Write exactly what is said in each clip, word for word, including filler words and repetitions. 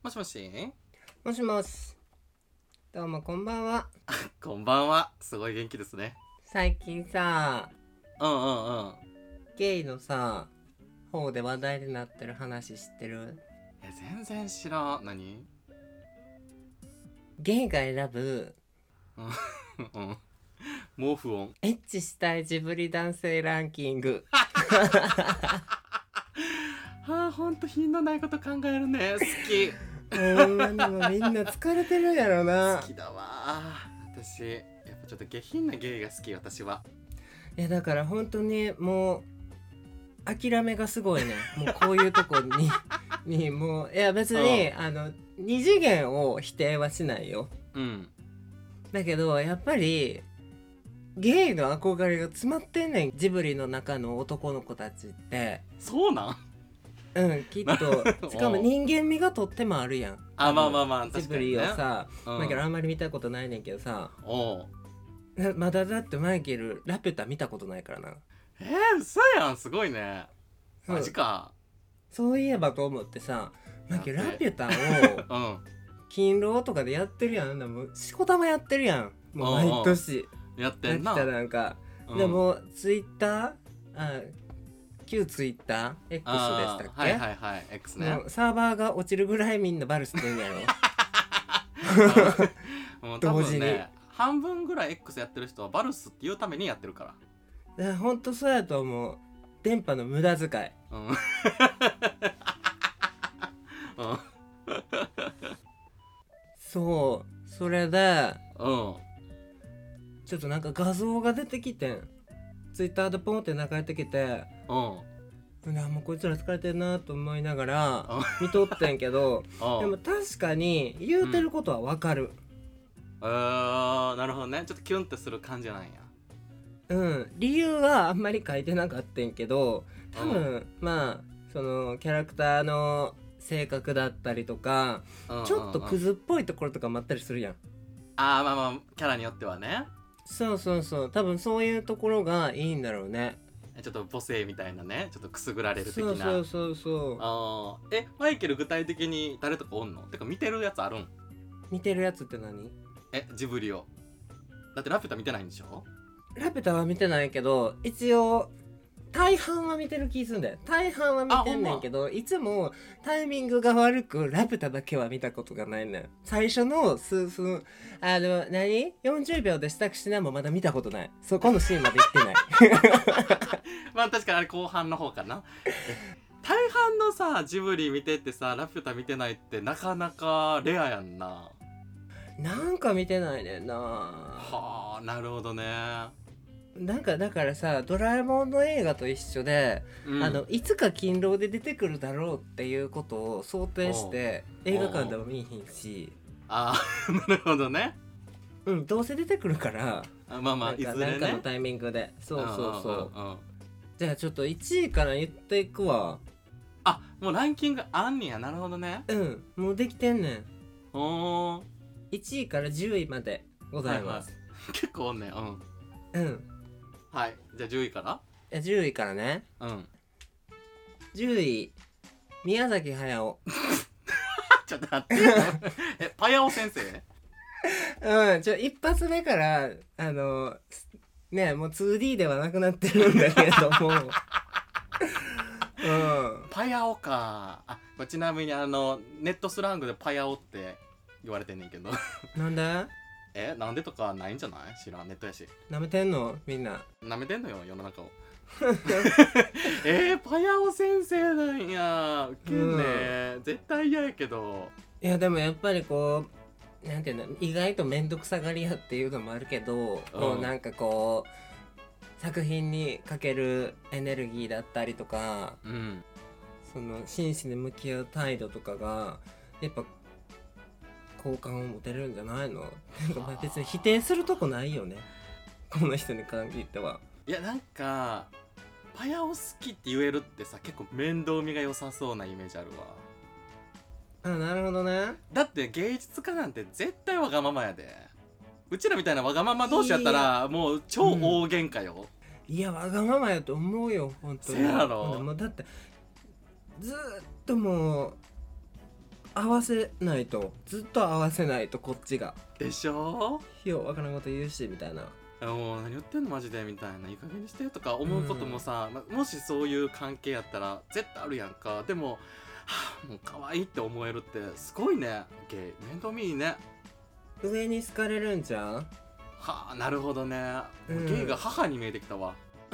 もしもしもしもし。どうもこんばんは。 こんばんは。すごい元気ですね。 最近さ、 うんうんうん。 ゲイのさ、方で話題になってる話知ってる？ え、全然知らん。何？ ゲイが選ぶうん。毛布音。 エッチしたいジブリ男性ランキング。 はあ、ほんと品のないこと考えるね。好き。 ほんまにもうみんな疲れてるやろな。 好きだわ。私、やっぱちょっと下品なゲイが好き、私は。 いやだから本当にもう諦めがすごいね。もうこういうとこににもういや別に、 うんあの二次元を否定はしないよ。 うん。 だけどやっぱりゲイの憧れが詰まってんねん、ジブリの中の男の子たちって。 そうなん？ うんきっとしかも人間味がとってもあるやん。 あ、まあまあまあ、 ジ確かにね。 ブリをさ、 うんマイケルあんまり見たことないねんけどさ、 おう。 なまだだってマイケルラピュタ見たことないからな。 えー、嘘やん。すごいね。マジか。 そういえばと思ってさ、マイケルラピュタをうん。 勤労とかでやってるやん。あんなもうしこたまやってるやん、もう毎年。 やってんな。 ラピュタなんか、 うんでもツイッターあ旧ツイッター X でしたっけ？ はいはいはい X ね。 もうサーバーが落ちるぐらいみんなバルしてんやろ。 もう多同時に分ね、半分ぐらい X やってる人はバルスっていうためにやってるから。 いやほんとそうやと思う。電波の無駄遣い。 うん。うん。 そうそれでうん。 ちょっとなんか画像が出てきてん、ツイッターでポンって流れてきて、 うん。 いやもうこいつら疲れてんなと思いながらうん見とってんけどうん。 でも確かに言うてることはわかる。 えー、なるほどね。ちょっとキュンってする感じなんや。 うん理由はあんまり書いてなかったんけど、多分、 うまあそのキャラクターの性格だったりとか、 うんうんうん、 ちょっとクズっぽいところとかもあったりするやん。 ああ、まあまあキャラによってはね。 そうそうそう、多分そういうところがいいんだろうね。 ちょっと母性みたいなね、ちょっとくすぐられる的な。 そうそうそうそう。 あーえマイケル具体的に誰とかおんの？てか見てるやつあるん？ 見てるやつって何？ えジブリを。だってラピュタ見てないんでしょ？ ラピュタは見てないけど一応大半は見てる気すんだよ。大半は見てんねんけど、いつもタイミングが悪くラピュタだけは見たことがないねん。最初の数分あの何よんじゅうびょうで支度しなもまだ見たことない。そこのシーンまで行ってない。 まあ確かにあれ後半の方かな。大半のさジブリ見てってさラピュタ見てないってなかなかレアやんな。 なんか見てないねんな。 はあ、なるほどね。 なんかだからさ、ドラえもんの映画と一緒で、 うん、 あのいつか勤労で出てくるだろうっていうことを想定して映画館でも見えへんし、 ああなるほどね。 うんどうせ出てくるからあまあまあなんかいずれね。 なんかのタイミングで。そうそうそう。 んんんんじゃあちょっといちいから言っていくわ。 あもうランキングあんねや。なるほどね。 うんもうできてんねん。 おーいちいからじゅういまでございます。 はいはい、結構おんねん。うんうんはいじゃあじゅういからいやじゅういからね。 うんじゅうい宮崎駿。 ちょっと待ってえパヤオ先生うんちょ一発目からあのねもう ツーディー ではなくなってるんだけれどもうんパヤオか。あこれちなみにあのネットスラングでパヤオって言われてんねんけどなんでえなんでとかないんじゃない？知らんネットやし。 なめてんのみんな。 なめてんのよ世の中をえー、パヤオ先生なんや。ウケんね、うん、絶対嫌やけど。 いやでもやっぱりこうなんていうの意外と面倒くさがり屋っていうのもあるけど、うん、こうなんかこう作品にかけるエネルギーだったりとか、 うん、 その真摯に向き合う態度とかがやっぱ好感を持てるんじゃないの？なんかまあ別に否定するとこないよねこの人に限っては。 いやなんかパヤオ好きって言えるってさ結構面倒見が良さそうなイメージあるわ。 あなるほどね。 だって芸術家なんて絶対わがままやで。うちらみたいなわがまま同士やったらもう超大喧嘩よ。 うん、いやわがままやと思うよ本当に。 せやろ。 もうだってずーっともう合わせないとずっと合わせないとこっちがでしょ。 ようわからんこと言うしみたいな。 もう何言ってんのマジでみたいな、いい加減にしてとか思うこともさ、うん、もしそういう関係やったら絶対あるやんか。でも、はあ、もう可愛いって思えるってすごいね。ゲイ面倒見いいね。 上に好かれるんじゃん。 はあ、なるほどね、 うん、 ゲイが母に見えてきたわ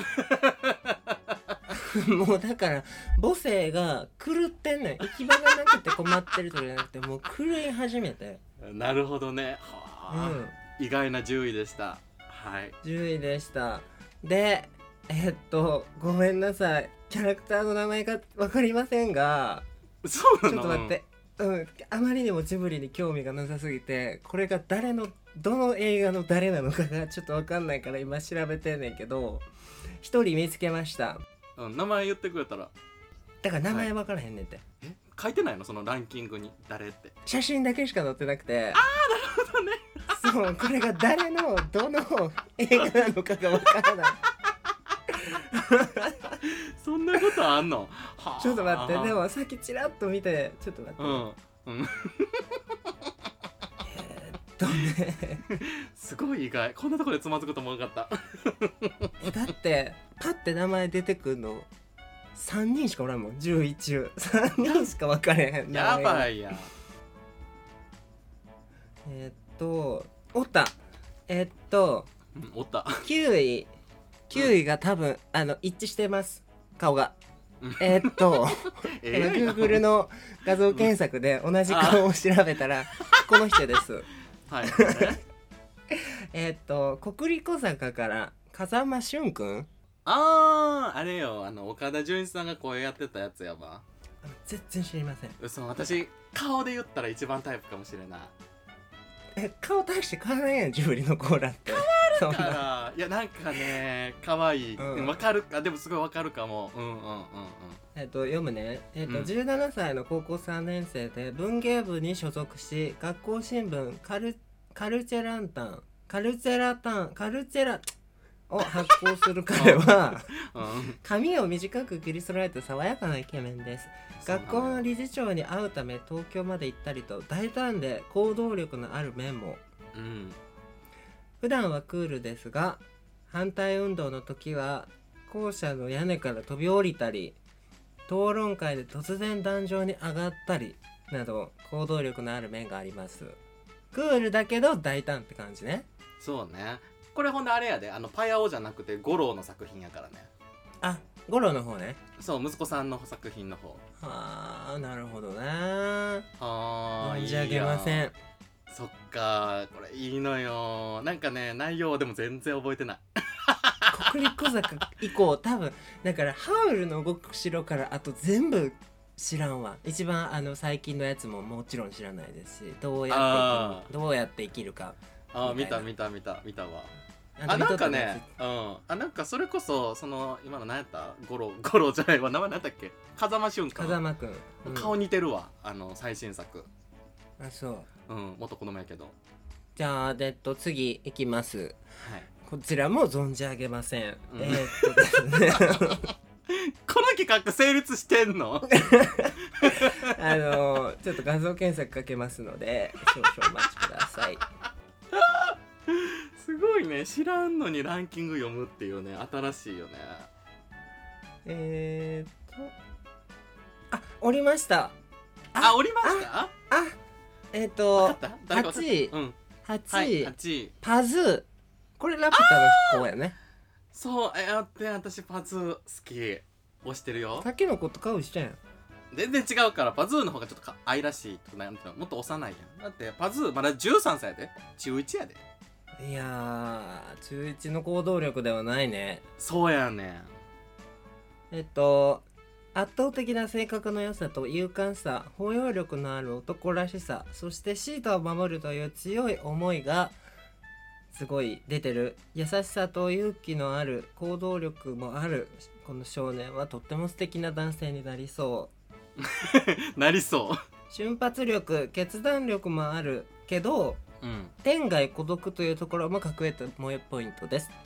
もうだから母性が狂ってんねん。行き場がなくて困ってるとかじゃなくてもう狂い始めて。 なるほどね、はあ、うん、意外なじゅういでした。はい、 じゅういでした。でえっとごめんなさい、キャラクターの名前が分かりませんが。 そうなの？ ちょっと待って、うん、あまりにもジブリに興味がなさすぎてこれが誰のどの映画の誰なのかがちょっと分かんないから今調べてんねんけど、一人見つけました。 うん、名前言ってくれたら。 だから名前分からへんねんて、はい、 え書いてないのそのランキングに誰って。 写真だけしか載ってなくて。 あー、なるほどねそう、これが誰のどの映画なのかが分からないそんなことあんの？ はあ、ちょっと待って、でもさっきチラッと見てちょっと待って、うんうん、えーっとねすごい意外、こんなところでつまずくと思わなかっただってパッて名前出てくるのさんにんしかおらんもん。じゅういち中さんにんしか分かれへん。 やばいやん。 えー、っとおったえー、っと、 うん、おったきゅういきゅういが多分、うん、あの一致してます顔がえー、っと、えー、Google の画像検索で同じ顔を調べたらこの人ですはいえっと国立小坂から風間俊くん。 あー、あれよ、あの岡田准一さんが声やってたやつやば。 全然知りません。 嘘、私顔で言ったら一番タイプかもしれない。 え、顔大して変わらんやんジブリのコーラって。 変わるからいやなんかね可愛い、うん、分かるか。でもすごい分かるかも。うんうんうんうん。 えっと読むね。えっと、うん、じゅうななさいの高校さんねん生で文芸部に所属し、学校新聞カルカルチェランタンカルチェラタンカルチェラを発行する彼は髪を短く切り揃えた爽やかなイケメンです。学校の理事長に会うため東京まで行ったりと大胆で行動力のある面も、うん、普段はクールですが反対運動の時は校舎の屋根から飛び降りたり討論会で突然壇上に上がったりなど行動力のある面があります。クールだけど大胆って感じね。 そうね。これほんであれやで、あのパヤオじゃなくて五郎の作品やからね。 あ、五郎の方ね。 そう、息子さんの作品の方。 はあ、なるほどね。はあ、 存じ上げません。 そっか、これいいのよ。なんかね、内容はでも全然覚えてない国立小坂以降多分だからハウルの動く城からあと全部知らんわ。一番あの最近のやつももちろん知らないですし、どうやって生きるどうやって生きるか。 ああ、見た見た見た見たわ。あ、なんかね、うん、あ、なんかそれこそその今の何やったゴロゴロじゃないわ、名前何やったっけ、風間俊君。 風間くん、 うん、顔似てるわ、あの最新作。 あ、そう。 うん、元子供やけど。 じゃあ、えっと次いきます。 はい。 こちらも存じ上げません。うん、えー、っとですね。 この企画成立してんの？ あのちょっと画像検索かけますので少々お待ちください。 すごいね、知らんのにランキング読むっていうね、新しいよね。 えーっとあ、おりました。 あ、あおりました。 あ、えーっとはちい、 うん、 はちい、 はちいパズ。これラピュタの子やね。 そう、えー、って私パズー好き、推してるよ。 タケノコと顔一緒やん。 全然違うから、パズーの方がちょっと愛らしいとか、なんていうの、もっと幼いやん。だってパズーまだじゅうさんさいやで、中いちやで。 いやー、中いちの行動力ではないね。 そうやねん。 えっと圧倒的な性格の良さと勇敢さ、包容力のある男らしさ、そしてシータを守るという強い思いがすごい出てる。優しさと勇気のある行動力もあるこの少年はとっても素敵な男性になりそうなりそう。 瞬発力、決断力もあるけど、うん、天涯孤独というところも隠れた萌えポイントですって。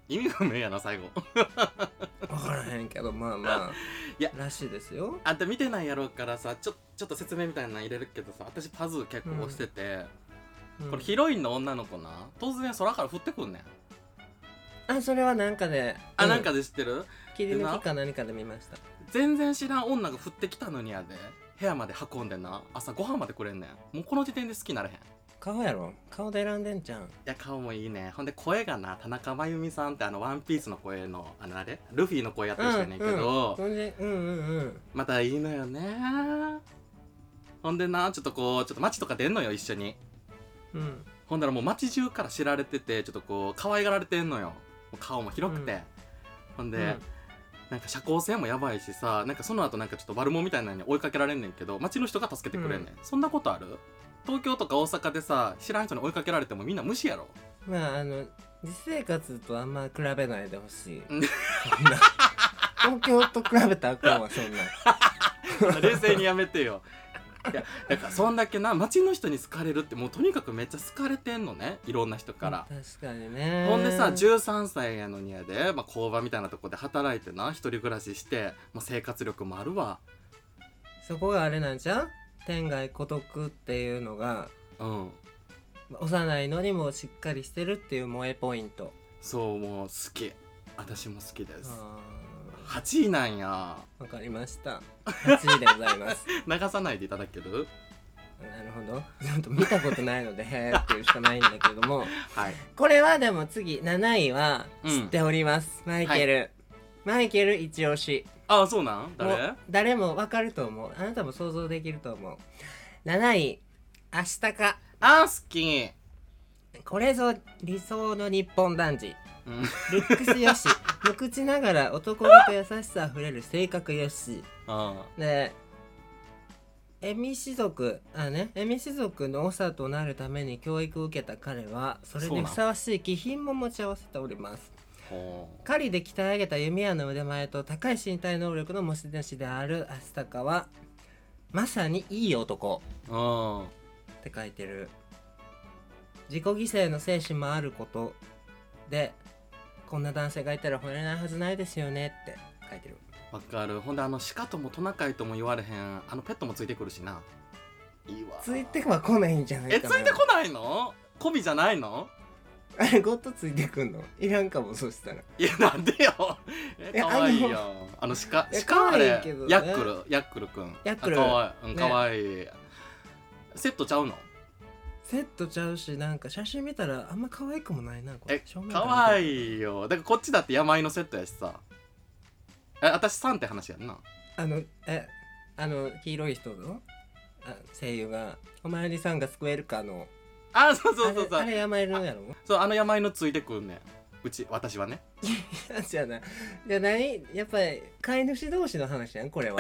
意味不明やな最後分からへんけどまあまあいやらしいですよ。 あんた見てないやろうからさ、ちょちょっと説明みたいなの入れるけどさ、私パズー結構押してて、 うん、 これヒロインの女の子な突然空から降ってくんねん。 あそれはなんかであ、 うん、 なんかで知ってる？ 切り抜きか何かで見ました。 全然知らん女が降ってきたのにやで、部屋まで運んでな、朝ご飯までくれんねん。もうこの時点で好きになれへん。い顔やろ、顔で選んでんじゃん。 や顔もいいね。ほんで声がな、田中真由美さんってあのワンピースの声のあのあれルフィの声やってる人やねんけど、 うんうん、うんうんうんまたいいのよね。ほんでな、ちょっとこうちょっと街とか出んのよ一緒に。 うんほんだらもう街中から知られてて、ちょっとこう可愛がられてんのよ。もう顔も広くて、 うん、 ほんで、 うんなんか社交性もやばいしさ、なんかその後なんかちょっと悪者みたいなのに追いかけられんねんけど、街の人が助けてくれんねん、うん、そんなことある？東京とか大阪でさ、知らん人に追いかけられてもみんな無視やろ。 まああの実生活とあんま比べないでほしいそんな東京と比べたらあかんわそんな冷静にやめてよ。いやだからそんだけな、街の人に好かれるってもうとにかくめっちゃ好かれてんのね、いろんな人から。 確かにね。 ほんでさじゅうさんさいやのにやで、まあ、工場みたいなとこで働いてな、一人暮らしして、まあ、生活力もあるわ。 そこがあれなんちゃう？天涯孤独っていうのが、 うん、 幼いのにもしっかりしてるっていう萌えポイント。 そう、もう好き、私も好きです。 あはちいなんや。 わかりました。はちいでございます流さないでいただける？ なるほど。ちょっと見たことないのでへーっていうしかないんだけれどもはい、 これはでも次なないは知っております、うん、マイケル、はい、マイケル一押し。 ああ、そうなん？誰？ も誰もわかると思う。あなたも想像できると思う。なないアシタカ。 あー好き。 これぞ理想の日本男児、 うん、 ルックスよし無口ながら男気と優しさあふれる性格よしで、エミ氏族あねエミ氏族の長となるために教育を受けた彼はそれにふさわしい気品も持ち合わせております。狩りで鍛え上げた弓矢の腕前と高い身体能力の持ち主であるアスタカはまさにいい男って書いてる。自己犠牲の精神もあることで、こんな男性がいたら惚れないはずないですよねって書いてる。 わかる。ほんであの鹿ともトナカイとも言われへん、あのペットもついてくるしな。いいわ。 ついては来ないんじゃないかな。 え、ついてこないの？コビじゃないの？ あれゴッドついてくんの？いらんかも。そしたらいやなんでよ。え、かわいいよ。あの鹿鹿あれヤックルヤックルくん。 ヤックルかわいい、うん、かわいい、ね、セットちゃうの？ セットちゃうし、なんか写真見たらあんま可愛くもないなこれ。 え、かわいいよ。だからこっちだって山井のセットやしさ。え、私さんって話やんな。 あのえあの黄色い人のあ声優がお前にさんが救えるかの。 あ、そうそうそうそう。 あれ、あれ山井のやろ？ そう、あの山井のついてくんねん。うち私はね。 いやじゃあなじゃあ何やっぱり飼い主同士の話やんこれは。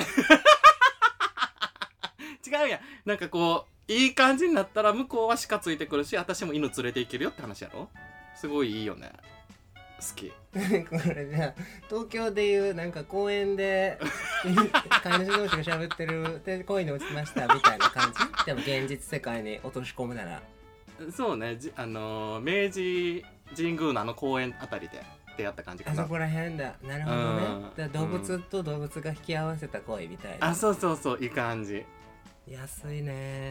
違うやん。なんかこういい感じになったら向こうは鹿ついてくるし、私も犬連れて行けるよって話やろ。すごいいいよね。好き。 これじゃあ東京でいうなんか公園で飼い主同士が喋ってるで恋に落ちましたみたいな感じ。でも現実世界に落とし込むならそうね、じあのー、明治神宮のあの公園あたりで出会った感じかな。 あそこら辺だ。なるほどね。だ動物と動物が引き合わせた恋みたいな、 うん、あ、そうそうそう、いい感じ。 安いね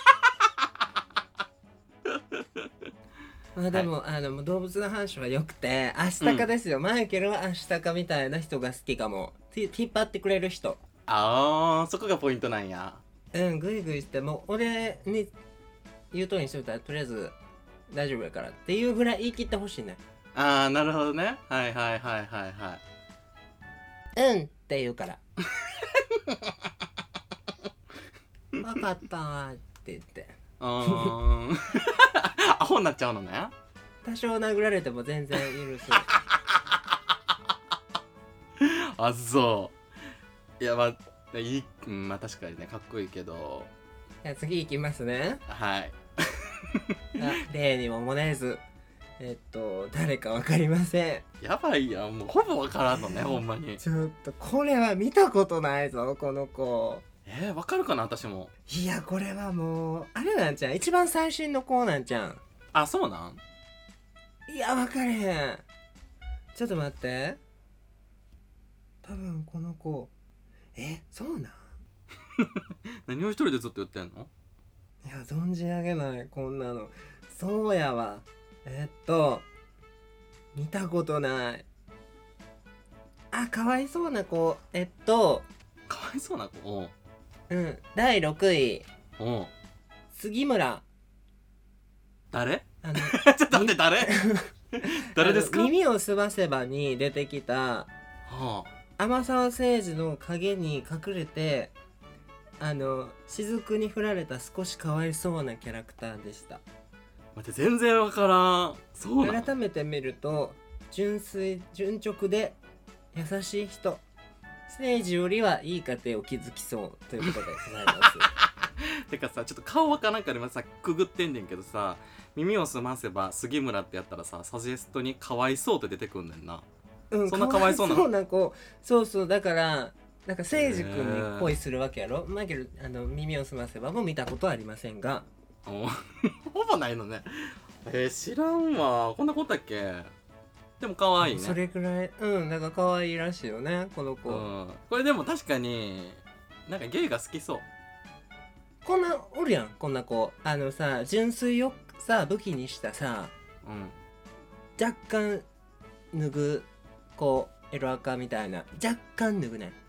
まあでも、はい、あの動物の話はよくてアシタカですよ、うん、マイケルはアシタカみたいな人が好きかも。引っ張ってくれる人。 ああ、そこがポイントなんや。 うん、グイグイしてもう俺に言う通りにしといたらとりあえず大丈夫やからっていうぐらい言い切ってほしいね。 ああ、なるほどね。はいはいはいはいはい。 うんって言うから分かったーって言って。 うーんアホになっちゃうのね。 多少殴られても全然許すあ、そう。いや、まあいい、うん、まあ確かにね、かっこいいけど。 じゃあ次行きますね。 はいあ、例にももねずえっと誰か分かりません。やばいやん、もうほぼ分からんのねほんまに。 ちょっとこれは見たことないぞこの子。 えー、分かるかな私も。 いやこれはもうあれなんちゃん、一番最新の子なんちゃん。 あ、そうなん？ いや分かれへん。 ちょっと待って、多分この子、え、そうなん？ 何を一人でずっと言ってんの？ いや、存じ上げない、こんなの。そうやわ。えっと見たことない。あ、かわいそうな子。えっとかわいそうな子。おううんだいろくい、 おう杉村。 誰？ あのちょっと待って、誰？誰ですか？ あの耳をすませばに出てきたはあ、 天沢誠治の影に隠れて、あの雫に振られた少しかわいそうなキャラクターでした。 待って、全然わからん。そうなの？ 改めて見ると純粋純直で優しい人、誠治よりはいい家庭を築きそうということでございますてかさ、ちょっと顔わからんから今さくぐってんねんけどさ、耳をすませば杉村ってやったらさ、サジェストにかわいそうって出てくんねんな。 うん、 そんなかわいそうなの？ かわい子。そうそう、だからなんか誠治君に恋するわけやろ。マイケル、あの耳をすませばも見たことはありませんが、 おほぼないのね。えー、知らんわ。こんなことだっけ？でも可愛いね。 それぐらい、うん、なんか可愛いらしいよね、この子。 うん、これでも確かになんかゲイが好きそう。 こんなおるやん、こんな子。あのさ、純粋をさ武器にしたさ、 うん、 若干脱ぐこうエロアカみたいな、若干脱ぐね。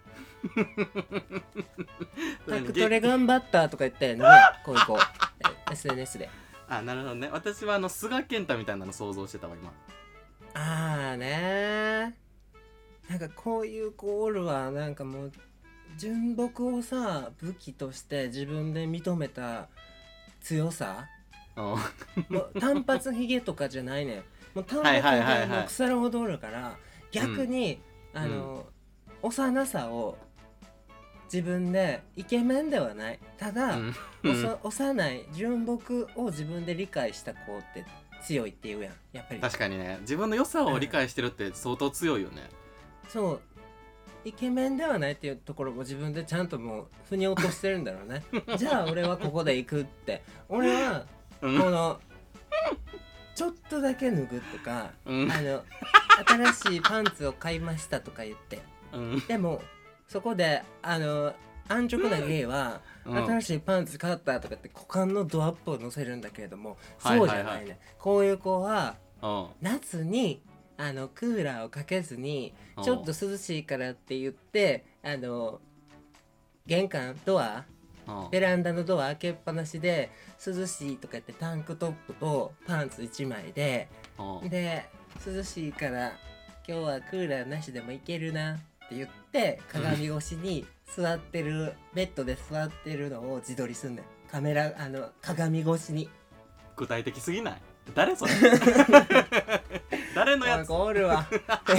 タクトレ頑張ったとか言って脱ぐやん、こういう子。エスエヌエス で。 あ、なるほどね。私はあの菅健太みたいなの想像してたわ今。 あーねー、なんかこういう子おるわ。なんかもう純朴をさ武器として自分で認めた強さ。もう単発ヒゲとかじゃないねん。もう単発ヒゲも腐るほどおるから、逆に、うん、あの、うん、幼さを自分でイケメンではない、ただ、うん、幼い純朴を自分で理解した子って強いっていうやん、やっぱり。 確かにね、自分の良さを理解してるって相当強いよね、 うん、そうイケメンではないっていうところも自分でちゃんともう腑に落としてるんだろうね。じゃあ俺はここで行くって、俺はこのちょっとだけ脱ぐとか、うん、あの新しいパンツを買いましたとか言って、うん、でもそこであの安直なゲイは、うん、新しいパンツ買ったとかって股間のドアップを載せるんだけれども、そうじゃないね、はいはいはい、こういう子は夏にあのクーラーをかけずにちょっと涼しいからって言ってあの玄関ドアベランダのドア開けっぱなしで涼しいとか言ってタンクトップとパンツいちまいでで涼しいから今日はクーラーなしでもいけるなって言って鏡越しに座ってるベッドで座ってるのを自撮りすんねん、カメラあの鏡越しに。 具体的すぎない？誰それ？誰のやつ？ おるわ。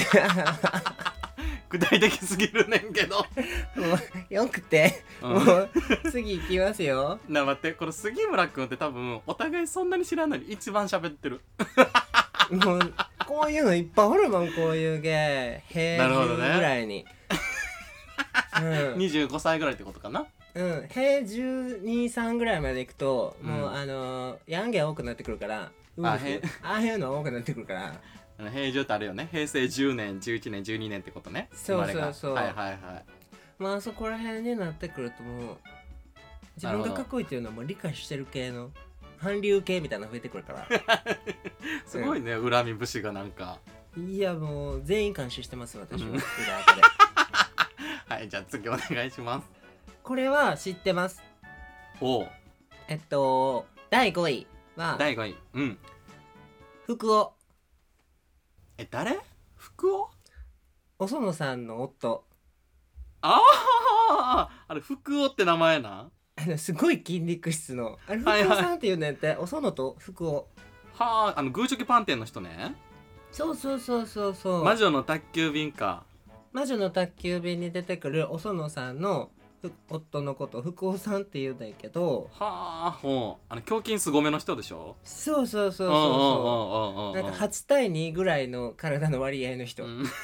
具体的すぎるねんけど。もうよくて、うん、もう次行きますよ。 なあ待って、この杉村くんって多分お互いそんなに知らんのに一番喋ってる。 もうこういうのいっぱいおるもん、こういうゲー平十ぐらいに、 ね、うん、にじゅうごさいぐらいってことかな。 うん、平じゅうに、さんぐらいまでいくと、うん、もうあのー、ヤンゲ多くなってくるから、ああいうの多くなってくるから。 平成ってあるよね、平成じゅうねんじゅういちねんじゅうにねんってことね。 そうそうそう、 はいはいはい。 まあそこら辺になってくるともう自分がかっこいいっていうのはもう理解してる系の韓流系みたいなの増えてくるから。 すごいね、恨み節がなんか。 いやもう全員監視してます私は、うん、裏で。 はい、じゃあ次お願いします。 これは知ってます。 おう。 えっとだいごいはだいごい、うん、 福尾。 え、誰？福尾？ お園さんの夫。 ああ、あれ福尾って名前な。 あのすごい筋肉質のあれ福尾さんっていうねんって、はいはい、お園と福尾。 はあ、あのグーチョキパン店の人ね。 そうそうそうそうそう。 魔女の宅急便か。 魔女の宅急便に出てくるお園さんの夫のこと福尾さんって言うんだけど、 はあ、ほう、あの胸筋すごめの人でしょ。 そうそうそうそうそう、なんかはちたいにぐらいの体の割合の人、うん、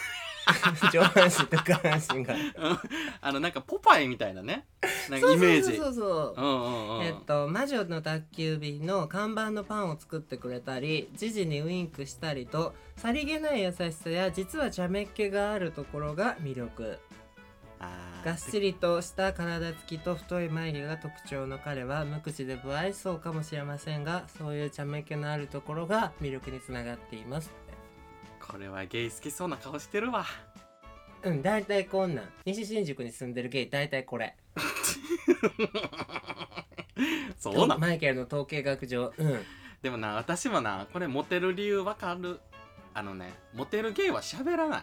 上半身と下半身があのなんかポパイみたいなね、なんかイメージ。 そうそうそうそう、 うんうんうん、 えっと魔女の宅急便の看板のパンを作ってくれたり、ジジにウインクしたりと、さりげない優しさや実は茶目っ気があるところが魅力。 あがっしりとした体つきと太い眉毛が特徴の彼は無口で不愛想かもしれませんが、そういう茶目っ気のあるところが魅力につながっています。 これはゲイ好きそうな顔してるわ。 うん、だいたいこんなん。西新宿に住んでるゲイだいたいこれそうなん。 マイケルの統計学上。うん。 でもな、私もな、これモテる理由わかる。あのね、モテるゲイは喋らない。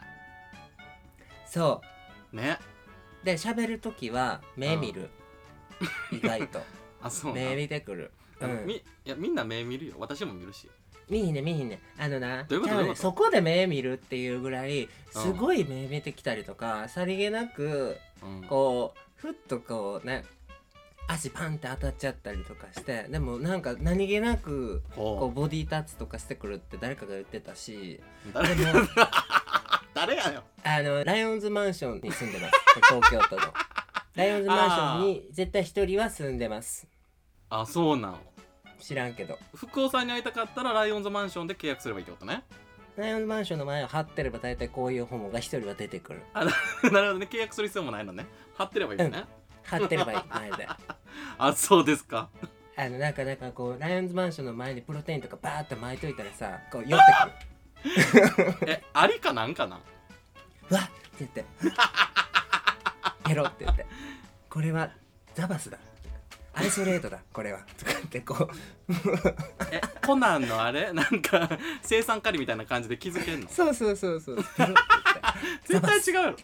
そうね。 で、喋るときは目見る、うん、意外とあ、そうな。 目見てくる、 うん、みいやみんな目見るよ。私も見るし。 見ひんね見ひんね。あのな、 どういうことどういうこと、 そこで目見るっていうぐらいすごい目見てきたりとか、うん、さりげなく、うん、こうふっとこうね足パンって当たっちゃったりとかして、でもなんか何気なくこうボディタッチとかしてくるって誰かが言ってたし、 誰でも誰やよ。 あのライオンズマンションに住んでます東京都のライオンズマンションに絶対一人は住んでます。 あ、そうなの。 知らんけど、 福尾さんに会いたかったらライオンズマンションで契約すればいいってことね。 ライオンズマンションの前を張ってれば大体こういうホモが一人は出てくる。 あ、なるほどね。契約する必要もないのね。張ってればいいのね、 うん、張ってればいい前であ、そうですか。 あのなんかなんかこうライオンズマンションの前にプロテインとかバーって巻いといたらさ、こう寄ってくるえ、ありかなんかな。 うわっって言ってペロって言って、これはザバスだ、アイソレートだこれはとかってこうえ、コナンのあれなんか生産カリみたいな感じで気づけんの。 そうそうそうそうペロって言って絶対違う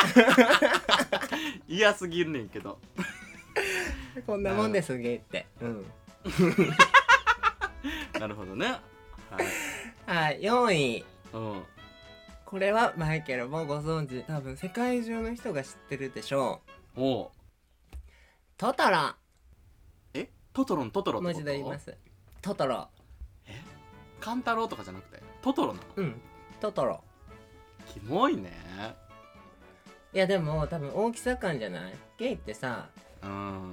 嫌すぎるねんけどこんなもんですゲイって。うんなるほどね。 はい、はい、よんい、 うん、 これはマイケルもご存知、多分世界中の人が知ってるでしょう。 おう、 トトロ。 え、トトロのトトロってこと？ 文字で言います。トトロ。 え、カンタロウとかじゃなくてトトロなの？ うん、トトロ。 キモいね。 いやでも多分大きさ感じゃない？ゲイってさ、うん、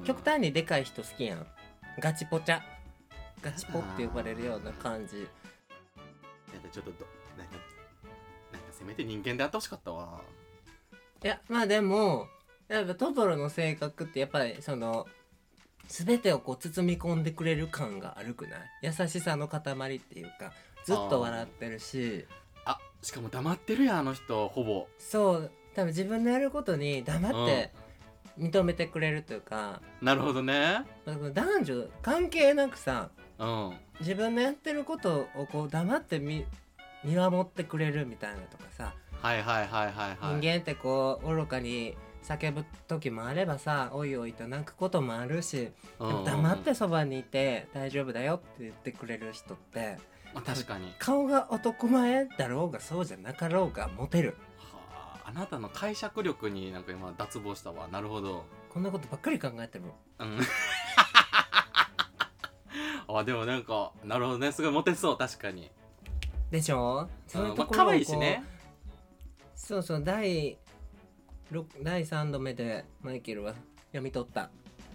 極端にでかい人好きやん。ガチポチャ、ガチポって呼ばれるような感じ。いやちょっとどなんかなんかせめて人間であってほしかったわ。 いやまあでもやっぱトトロの性格ってやっぱりその全てをこう包み込んでくれる感があるくない？優しさの塊っていうか、ずっと笑ってるし、 あ, あしかも黙ってるやんあの人ほぼ。 そう多分自分のやることに黙って認めてくれるというか、 うん、なるほどね。 男女関係なくさ、 うん、 自分のやってることをこう黙って見見守ってくれるみたいなとかさ、 はいはいはいはいはい。 人間ってこう愚かに叫ぶ時もあればさ、おいおいと泣くこともあるし、でも黙ってそばにいて大丈夫だよって言ってくれる人って、 まあ、確かに顔が男前だろうがそうじゃなかろうがモテる。 はあ、あなたの解釈力になんか今脱帽したわ。なるほど。 こんなことばっかり考えてる。うんあ、でもなんかなるほどね、すごいモテそう。確かにでしょ。 そういうところをこう、まあ、可愛いしね。 そうそう、第だいさんどめでマイケルは読み取った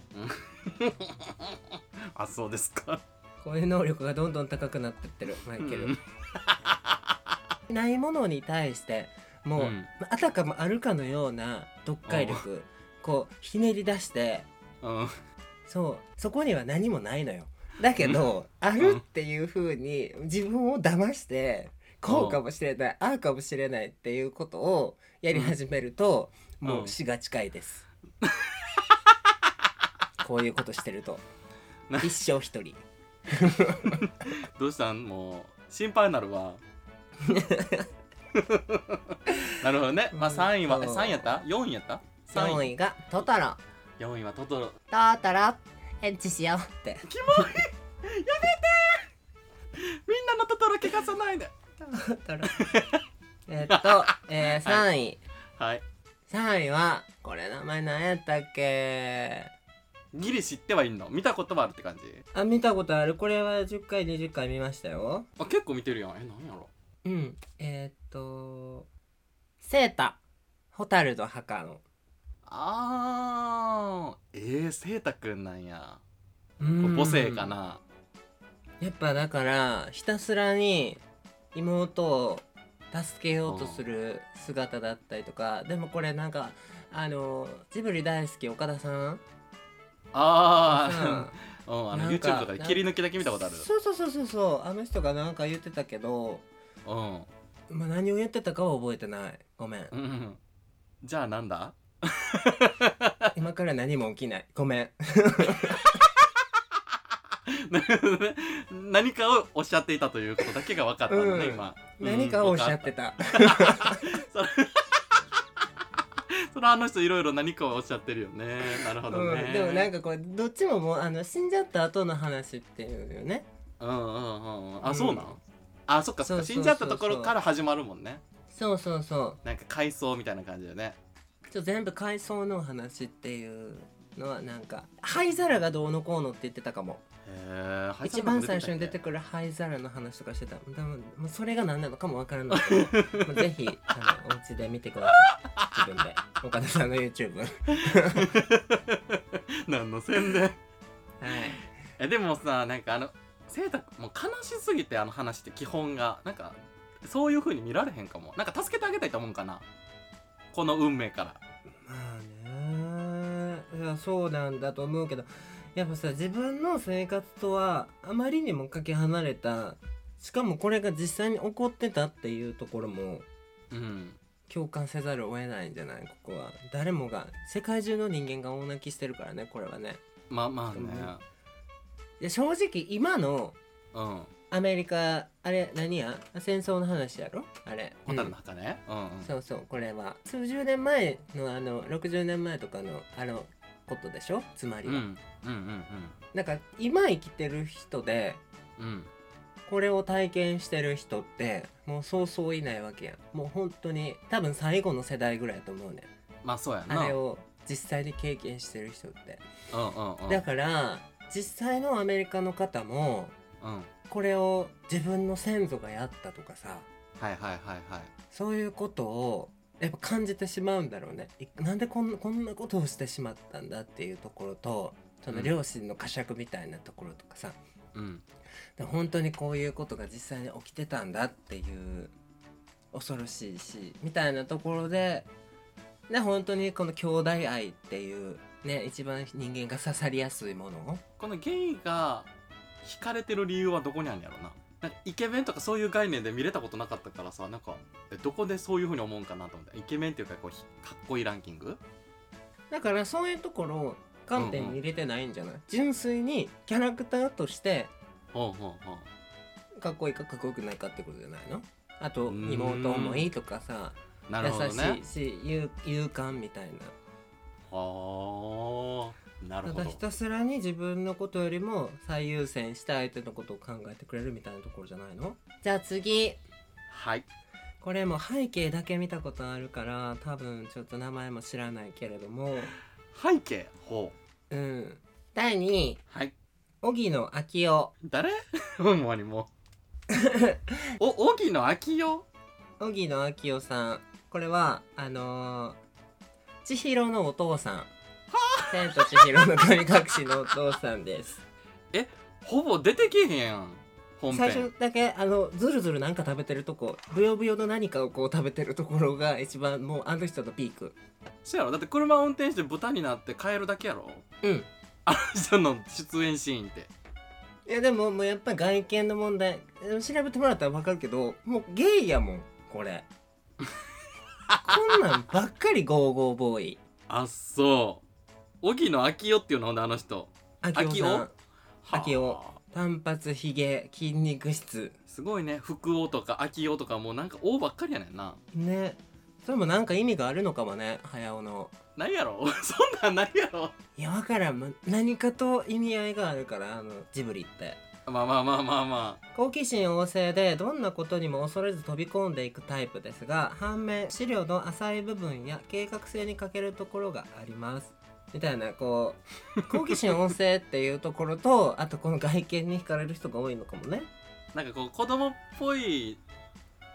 あ、そうですか。 こういう能力がどんどん高くなってってるマイケル、うん、ないものに対してもう、うん、あたかもあるかのような読解力こうひねり出して、うん、そうそこには何もないのよ。だけど、うん、あるっていう風に自分を騙してこうかもしれない、ああかもしれないっていうことをやり始めると、うん、もう死が近いです、うん、こういうことしてると一生一人どうしたん？もう心配になるわなるほどね。まあさんいはさんいやった？よんいやった？ さんいよんいがトトロ。 よんいはトトロ。 トトロエッチしようって。 キモいやめてみんなのトトロ聞かさないでトトロえっと、えー、さんい、 はい、 さんいはこれ名前何やったっけ？ ギリ知ってはいんの？見たことはあるって感じ？ あ、見たことある。これはじゅっかいにじゅっかい見ましたよ。 あ、結構見てるやん。え、何やろ？ うん、えー、っとセータ蛍の墓の。 あーえー、セータくんなんや。 うーん母性かな。 やっぱだからひたすらに妹を助けようとする姿だったりとか、でもこれなんかあのジブリ大好き岡田さんあさあうん、あのなんか YouTube とかで切り抜きだけ見たことある。 そうそうそうそうそうあの人がなんか言ってたけど、 うんまあ、何を言ってたかは覚えてない。ごめん。 うんうんじゃあなんだ今から何も起きない。ごめん。 何かをおっしゃっていたということだけが分かったのね、 うん今。 何かをおっしゃっうんてた。 それそれあの人いろいろ何かをおっしゃってるよね。なるほどね。 うん、でもなんかこれどっちももうあの死んじゃった後の話っていうよね。 うんうんうんうんあ、 うんそうなんあ、そっかそっか、 そうそうそうそう死んじゃったところから始まるもんね。 そうそうそう。 なんか回想みたいな感じだよね。 ちょ全部回想の話っていうのはなんか灰皿がどうのこうのって言ってたかも。 へえ。 一番最初に出てくる灰皿の話とかしてた。でももうそれが何なのかもわからないけどもうぜひあのお家で見てください。自分で岡田さんの YouTube はい何の宣伝えでもさ、なんかあのセータもう悲しすぎて、あの話って基本がなんかそういう風に見られへんかも。なんか助けてあげたいと思うんかな、この運命から。 まあね、いやそうなんだと思うけど、やっぱさ自分の生活とはあまりにもかけ離れた、しかもこれが実際に起こってたっていうところもうん共感せざるを得ないんじゃない。ここは誰もが、世界中の人間が大泣きしてるからね、これはね。 まあまあね。 いや正直今のうんアメリカあれ何や戦争の話やろあれ。 蛍の墓ね。うん、うん、 そうそう、これは数十年前のあのろくじゅうねんまえとかのあのことでしょ、つまりは、 うんうんうんなんか今生きてる人でうんうんこれを体験してる人ってもうそうそういないわけやん。もう本当に多分最後の世代ぐらいだと思うね。 まあそうやな。 あれを実際に経験してる人って、 うんうんうんだから実際のアメリカの方もうんこれを自分の先祖がやったとかさ、 はいはいはいはい。 そういうことをやっぱ感じてしまうんだろうね。いなんでこんなこんなことをしてしまったんだっていうところと、その両親の呵責みたいなところとかさ、 うんで本当にこういうことが実際に起きてたんだっていう恐ろしいしみたいなところで、で本当にこの兄弟愛っていうね、一番人間が刺さりやすいもの。 このゲイが惹かれてる理由はどこにあるんやろな。なんかイケメンとかそういう概念で見れたことなかったからさ、なんかえどこでそういう風に思うんかなと思って。イケメンっていうかこうひかっこいいランキング。 だからそういうところを観点に入れてないんじゃない、うんうん、純粋にキャラクターとしてほうほうほう。 かっこいいかかっこよくないかってことじゃないの。あと妹思いとかさ、 なるほどね、 優しいし勇勇敢みたいな。 はあなるほど。 ただひたすらに自分のことよりも最優先して相手のことを考えてくれるみたいなところじゃないの。じゃあ次、 はい。 これも背景だけ見たことあるから多分ちょっと名前も知らないけれども、 背景ほううんだいにい、 はい。 荻野昭夫。 誰ほんまにもうお荻野昭夫。 荻野昭夫さん、これはあのー、千尋のお父さん、千と千尋の神隠しのお父さんです。 えほぼ出てけへんやん本編。 最初だけあのずるずるなんか食べてるとこ、ブヨブヨの何かをこう食べてるところが一番もうあの人のピーク。 そうやろ、だって車運転して豚になって帰るだけやろ、 うんあの人の出演シーンって。 いやでももうやっぱ外見の問題調べてもらったら分かるけど、もうゲイやもんこれこんなんばっかりゴーゴーボーイ。 あそう荻野昭夫っていうのほんであの人。 昭夫さん、昭夫はあ単発ひげ筋肉質すごいね。福尾とか昭夫とかもうなんか王ばっかりやねんな。 ね。それもなんか意味があるのかもね、早尾の。 何やろそんなん何やろ。 いや分からん、何かと意味合いがあるからあのジブリって。 まあまあまあまあまあ。 好奇心旺盛でどんなことにも恐れず飛び込んでいくタイプですが、反面資料の浅い部分や計画性に欠けるところがありますみたいな、こう好奇心旺盛っていうところとあとこの外見に惹かれる人が多いのかもね。 なんかこう子供っぽいっ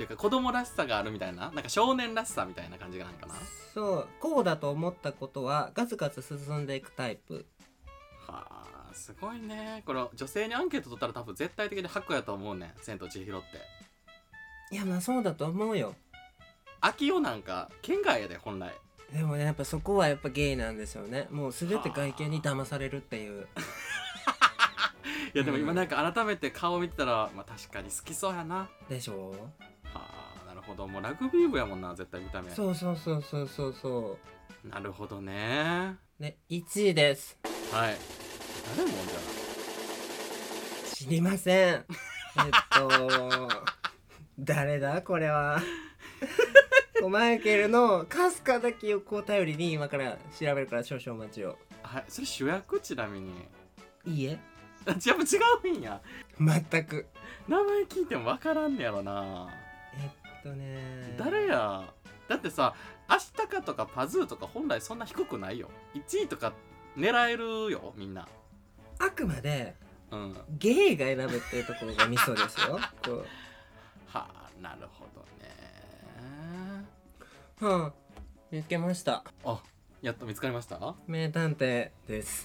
っていうか子供らしさがあるみたいな、なんか少年らしさみたいな感じがなんかな。 そうこうだと思ったことはガツガツ進んでいくタイプ。 はあすごいね。これ女性にアンケート取ったら多分絶対的に白やと思うねん、千と千尋って。 いやまあそうだと思うよ。 秋代なんか県外やで本来。 でもねやっぱそこはやっぱゲイなんですよね。もう全て外見に騙されるっていういやでも今なんか改めて顔見てたら、まあ確かに好きそうやな。 でしょ。 はあなるほど。もうラグビー部やもんな絶対見た目。 そうそうそうそうそうそなるほどね。 うね。いちいです。 はい。誰もんじゃ知りませんえっと誰だこれはマイケルのかすかだ記憶を頼りに今から調べるから少々お待ちを。 はい。それ主役ちなみに。 いいえあやっぱ違うんや。 全く。 名前聞いても分からんねやろな。 えっとね誰や。だってさアシタカとかパズーとか本来そんな低くないよ。いちいとか狙えるよみんな。 あくまでうんゲイが選ぶっていうところがミソですよこうはあなるほどね。 はあ見つけました。 あやっと見つかりました。 名探偵です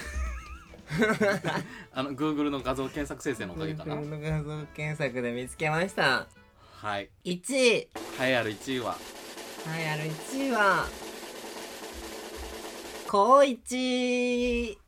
あの Google の画像検索生成のおかげかな。 Google の画像検索で見つけました。 はい。 いちい栄えあるいちいははいあるいちいは高一。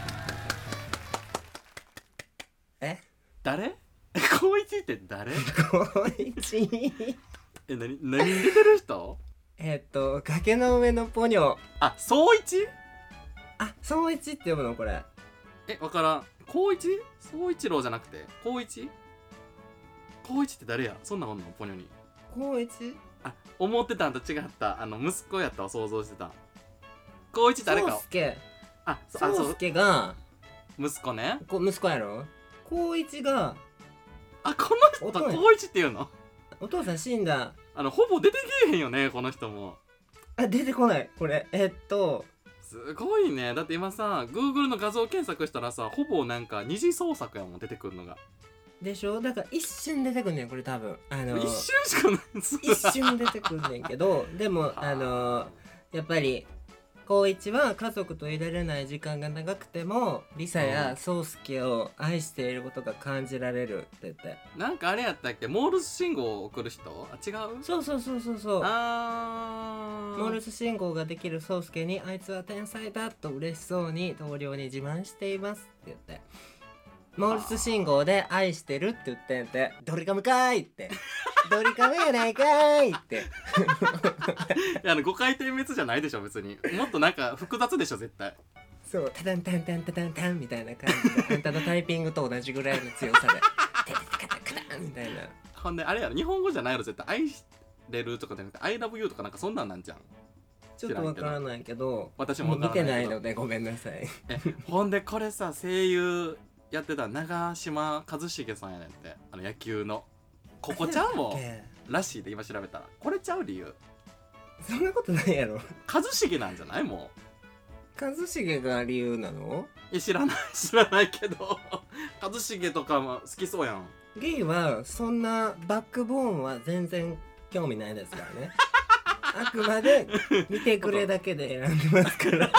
え誰高一って誰高一え何何に出てる人えっと崖の上のポニョ。 あ総一あ総一って読むのこれ。 えわからん。高一総一郎じゃなくて高一高一って誰や。そんなもんのポニョに。 高一あ思ってたんと違った。あの息子やったわ想像してた。高一誰か宗介あそあそう宗介が息子ね。 こ息子やろ。高一があこの人お父や高一っていうの。 お父さん死んだ。 あのほぼ出てけえへんよねこの人も。 あ出てこないこれ。えっとすごいね。だって今さ Google の画像検索したらさほぼなんか二次創作やもん出てくるのが。 でしょ。だから一瞬出てくんねんこれ多分。あの一瞬しかないんす一瞬出てくんねんけどでもあのやっぱり高一は家族といられない時間が長くてもリサや宗介を愛していることが感じられるって言って。 なんかあれやったっけモールス信号を送る人。あ違う。 そうそうそうそうそう。 あーモールス信号ができる宗介にあいつは天才だと嬉しそうに同僚に自慢していますって言ってモールス信号で愛してるって言ってんて。ドリカムかーいってドリカムやないかーいっていやあのご回転滅じゃないでしょ別に。もっとなんか複雑でしょ絶対。 そうタタンタンタンタタンタンみたいな感じであんたのタイピングと同じぐらいの強さでテテテカタカタンみたいな。 ほんであれやろ日本語じゃないやろ絶対。愛してるとかじゃなくて I love you とかなんかそんなんなんじゃん。 ちょっとわからないけど私もわからないけど見てないのでごめんなさい。 えほんでこれさ声優やってた長嶋一茂さんやねんって。あの野球のここちゃうもんらしいで今調べたら。これちゃう理由。 そんなことないやろ。 一茂なんじゃないも一茂が理由なの。 う。いや知らない知らないけど一茂とかも好きそうやん。 ゲイはそんなバックボーンは全然興味ないですからねあくまで見てくれだけで選んでますから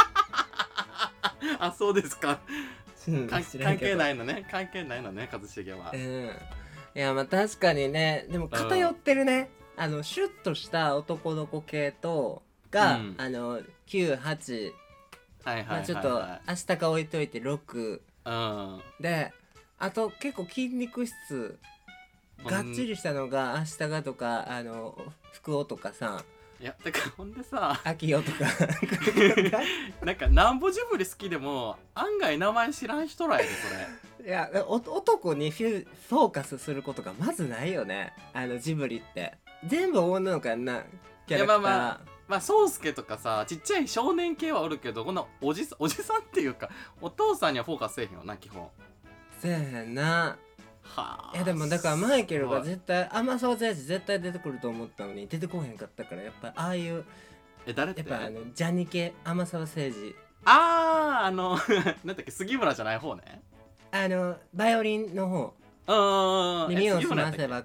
あそうですか。 うん関知らんけど関係ないのね関係ないのね一茂は。 うんいやまあ確かにね。でも偏ってるね。あのシュッとした男の子系とが、 うんあのきゅうはち、 はいはいはい、はいまあ、ちょっと明日か置いといてろくうんであと結構筋肉質がっちりしたのが明日がとかあの福男とかさいやてかほんでさ秋代とかなんかなんぼジブリ好きでも案外名前知らん人らやでそれ。 いやお男にフュフォーカスすることがまずないよね。あのジブリって全部女の子やんなキャラクター。 いやまあまあまあ宗介とかさちっちゃい少年系はおるけどこんなおじおじさんっていうかお父さんにはフォーカスせえへんよな基本。 せえへんな。 はあ。 いやでもだからマイケルがすごい絶対甘沢選手絶対出てくると思ったのに出てこへんかったからやっぱああいうえ誰ってやっぱあのジャニ系甘沢誠治あーあのなんだっけ杉村じゃない方ね。 あのバイオリンの方うんうんうん。 耳をえ杉すま村やったっけせばか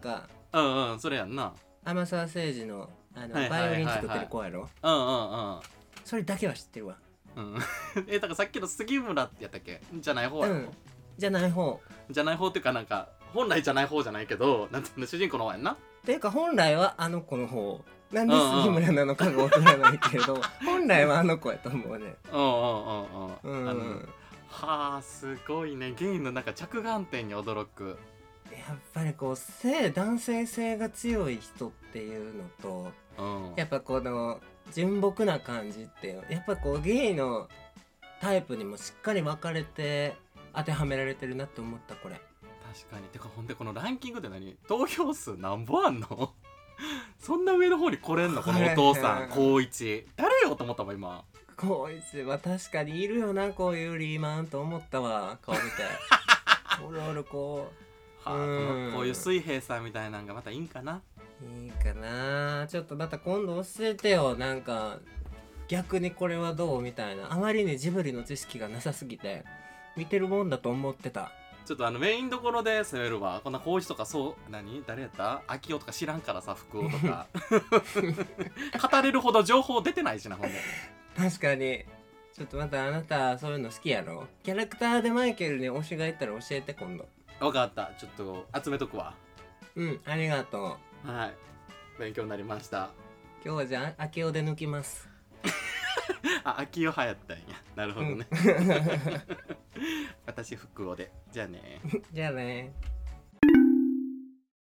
うんうん、それやんな。 天沢誠二のあの、 はいはいはいはいバイオリン作ってる子やろ。 うんうんうん。 それだけは知ってるわ。 うん、えだからさっきの杉村ってやったっけじゃない方やろ、 うん。じゃない方。 じゃない方っていうかなんか本来じゃない方じゃないけどなんていうの主人公の方やんな。 ていうか本来はあの子の方。なんでうんうん杉村なのかがわからないけれど、本来はあの子やと思うね。 うんうんうんうん。あのうん。 はあすごいね、ゲイのなんか着眼点に驚く。 やっぱりこう性男性性が強い人っていうのと、 うん、 やっぱこの純朴な感じっていうやっぱこうゲイのタイプにもしっかり分かれて当てはめられてるなって思った。これ確かに。てかほんでこのランキングって何投票数何本あんのそんな上の方に来れんのこのお父さん光一誰よと思ったもん今。 こいつは確かにいるよな、こういうリーマンと思ったわ、顔見ておるおるこうはあ、このこういう水平さんみたいなのがまたいいんかな。 いいかな。ちょっとまた今度教えてよ、なんか逆にこれはどうみたいな。あまりにジブリの知識がなさすぎて見てるもんだと思ってた。 ちょっとあのメインどころで攻めるわ。こんな光一とかそう何誰やった秋夫とか知らんからさ、福男とか語れるほど情報出てないしな。ほんで確かに。ちょっとまたあなたそういうの好きやろ。キャラクターでマイケルに推しがいたら教えて今度。 分かった、ちょっと集めとくわ。 うん、ありがとう。 はい、勉強になりました。 今日はじゃあ秋夫で抜きますあ、秋代派やったんや。なるほどね、 うん、 私福男で。じゃあねじゃあね。